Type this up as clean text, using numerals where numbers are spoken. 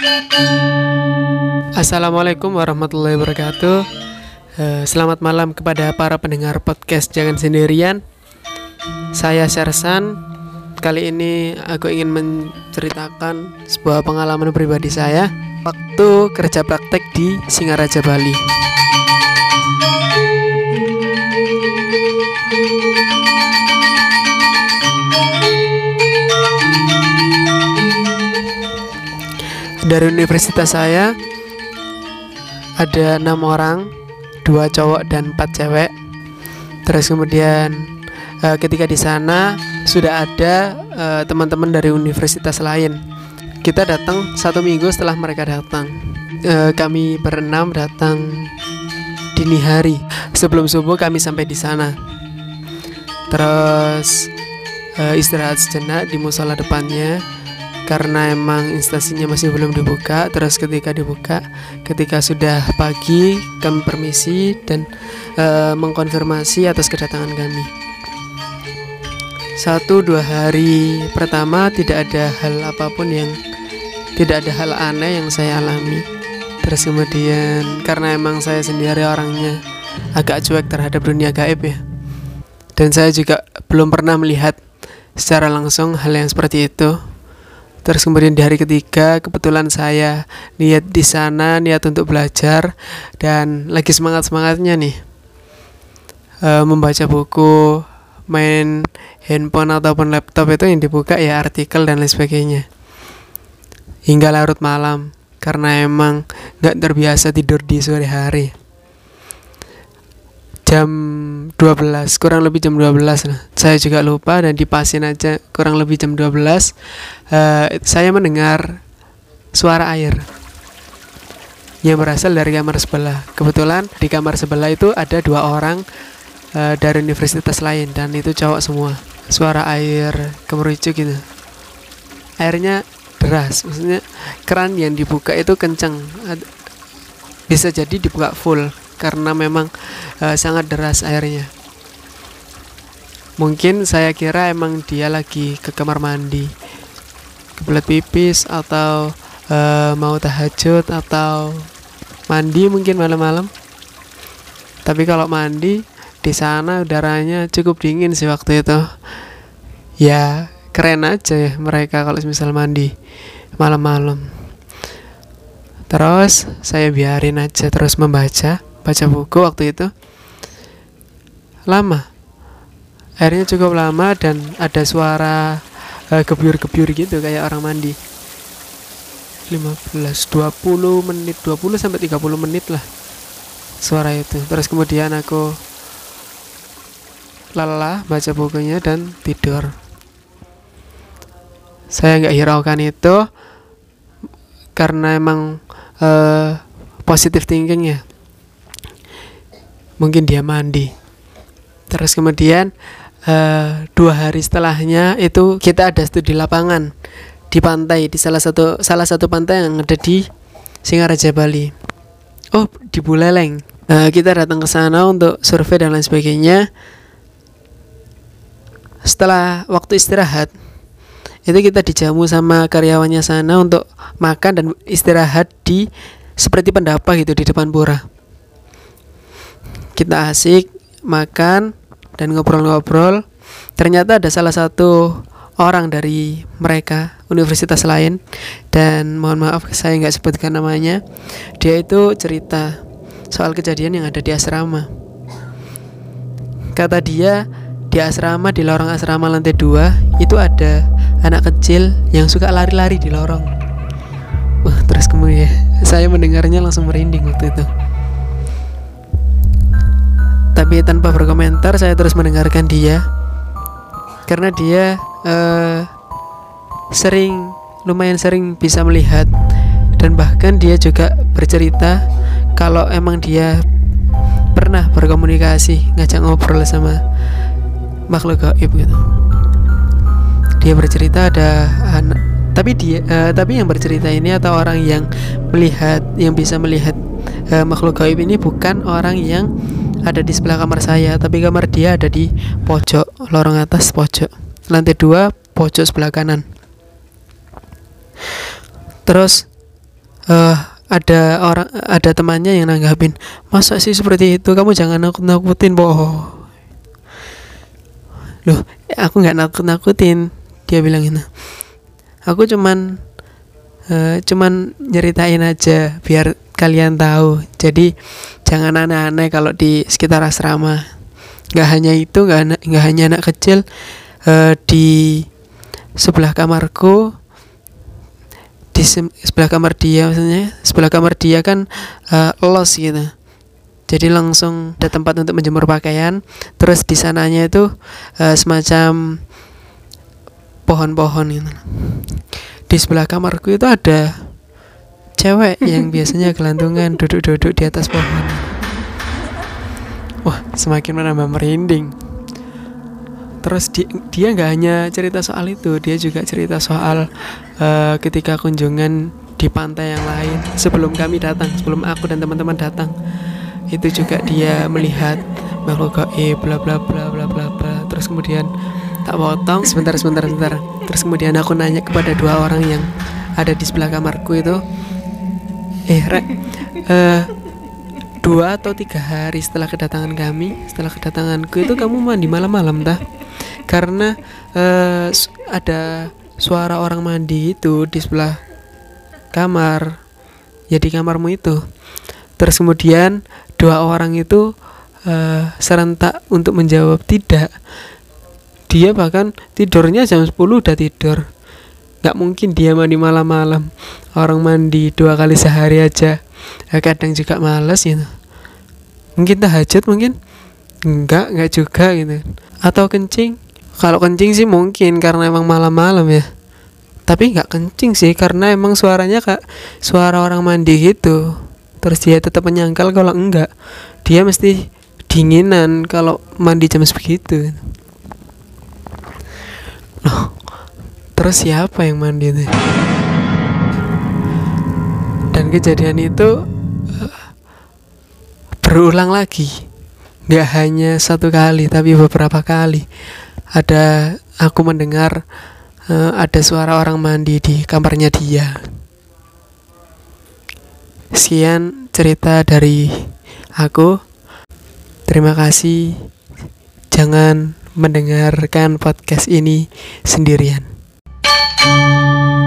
Assalamualaikum warahmatullahi wabarakatuh. Selamat malam kepada para pendengar podcast Jangan Sendirian. Saya Sersan. Kali ini aku ingin menceritakan sebuah pengalaman pribadi saya waktu kerja praktek di Singaraja, Bali. Dari universitas saya ada 6 orang, 2 cowok dan 4 cewek. Terus kemudian ketika di sana sudah ada teman-teman dari universitas lain. Kita datang 1 minggu setelah mereka datang. Kami berenam datang dini hari. Sebelum subuh kami sampai di sana. Terus istirahat sejenak di musola depannya, karena emang instansinya masih belum dibuka. Terus ketika sudah pagi, kami permisi dan mengkonfirmasi atas kedatangan kami. 1-2 hari pertama tidak ada hal aneh yang saya alami. Terus kemudian karena emang saya sendiri orangnya agak cuek terhadap dunia gaib ya, dan saya juga belum pernah melihat secara langsung hal yang seperti itu. Terus kemudian di hari ketiga kebetulan saya niat untuk belajar dan lagi semangatnya nih membaca buku, main handphone ataupun laptop itu yang dibuka ya artikel dan lain sebagainya hingga larut malam, karena emang gak terbiasa tidur di sore hari. Kurang lebih jam 12 lah. Saya juga lupa dan dipasin aja kurang lebih jam 12. Saya mendengar suara air yang berasal dari kamar sebelah. Kebetulan di kamar sebelah itu ada 2 orang dari universitas lain dan itu cowok semua. Suara air kemerucuk gitu. Airnya deras, maksudnya keran yang dibuka itu kencang. Bisa jadi dibuka full karena memang sangat deras airnya. Mungkin saya kira emang dia lagi ke kamar mandi, kebelet pipis atau mau tahajud atau mandi mungkin malam-malam. Tapi kalau mandi di sana udaranya cukup dingin sih waktu itu. Ya keren aja ya mereka kalau misal mandi malam-malam. Terus saya biarin aja terus baca buku waktu itu. Lama, airnya cukup lama dan ada suara gebyur-gebyur gitu kayak orang mandi. 20 sampai 30 menit lah suara itu. Terus kemudian aku lelah baca bukunya dan tidur. Saya nggak hiraukan itu karena emang positive thinking ya. Mungkin dia mandi. Terus kemudian 2 hari setelahnya itu kita ada studi lapangan di pantai, di salah satu pantai yang ada di Singaraja, Bali. Oh, di Buleleng. Kita datang ke sana untuk survei dan lain sebagainya. Setelah waktu istirahat itu kita dijamu sama karyawannya sana untuk makan dan istirahat di seperti pendapa gitu di depan pura. Kita asik makan dan ngobrol-ngobrol. Ternyata ada salah satu orang dari mereka universitas lain, dan mohon maaf saya nggak sebutkan namanya. Dia itu cerita soal kejadian yang ada di asrama. Kata dia, di asrama, di lorong asrama lantai 2 itu ada anak kecil yang suka lari-lari di lorong. Wah, terus kemudian saya mendengarnya langsung merinding waktu itu. Tapi tanpa berkomentar saya terus mendengarkan dia, karena dia lumayan sering bisa melihat, dan bahkan dia juga bercerita kalau emang dia pernah berkomunikasi, ngajak ngobrol sama makhluk gaib gitu. Dia bercerita ada anak, tapi yang bercerita ini atau orang yang bisa melihat makhluk gaib ini bukan orang yang ada di sebelah kamar saya, tapi kamar dia ada di pojok, lorong atas pojok, lantai 2 pojok sebelah kanan. Terus ada temannya yang nanggapin, masa sih seperti itu, kamu jangan nakut-nakutin boh. Loh, aku nggak nakut-nakutin, dia bilang gitu. Aku cuman nyeritain aja biar kalian tahu. Jadi jangan aneh-aneh kalau di sekitar asrama. Nggak hanya itu, nggak hanya anak kecil. Di sebelah kamarku, sebelah kamar dia, maksudnya sebelah kamar dia kan los gitu. Jadi langsung ada tempat untuk menjemur pakaian. Terus di sananya itu semacam pohon-pohon gitu. Di sebelah kamarku itu ada cewek yang biasanya gelantungan duduk-duduk di atas pohon. Wah, semakin menambah merinding. Terus dia nggak hanya cerita soal itu, dia juga cerita soal ketika kunjungan di pantai yang lain sebelum kami datang, sebelum aku dan teman-teman datang. Itu juga dia melihat makhluk gaib bla bla bla bla bla bla. Terus kemudian tak potong, sebentar. Terus kemudian aku nanya kepada dua orang yang ada di sebelah kamarku itu, Rek, 2 atau 3 hari setelah kedatanganku itu kamu mandi malam-malam tah? Karena ada suara orang mandi itu di sebelah kamar, ya di kamarmu itu. Terus kemudian 2 orang itu serentak untuk menjawab tidak. Dia bahkan tidurnya jam 10 udah tidur. Gak mungkin dia mandi malam-malam. Orang mandi 2 kali sehari aja kadang juga malas gitu. Mungkin tahajud mungkin? Enggak juga gitu. Atau kencing? Kalau kencing sih mungkin karena emang malam-malam ya. Tapi gak kencing sih karena emang suaranya kayak suara orang mandi gitu. Terus dia tetap menyangkal kalau enggak, dia mesti dinginan kalau mandi jam segitu. Loh, terus siapa yang mandi itu? Dan kejadian itu berulang lagi. Gak hanya 1 kali, tapi beberapa kali. Aku mendengar ada suara orang mandi di kamarnya dia. Sekian cerita dari aku. Terima kasih. Jangan mendengarkan podcast ini sendirian.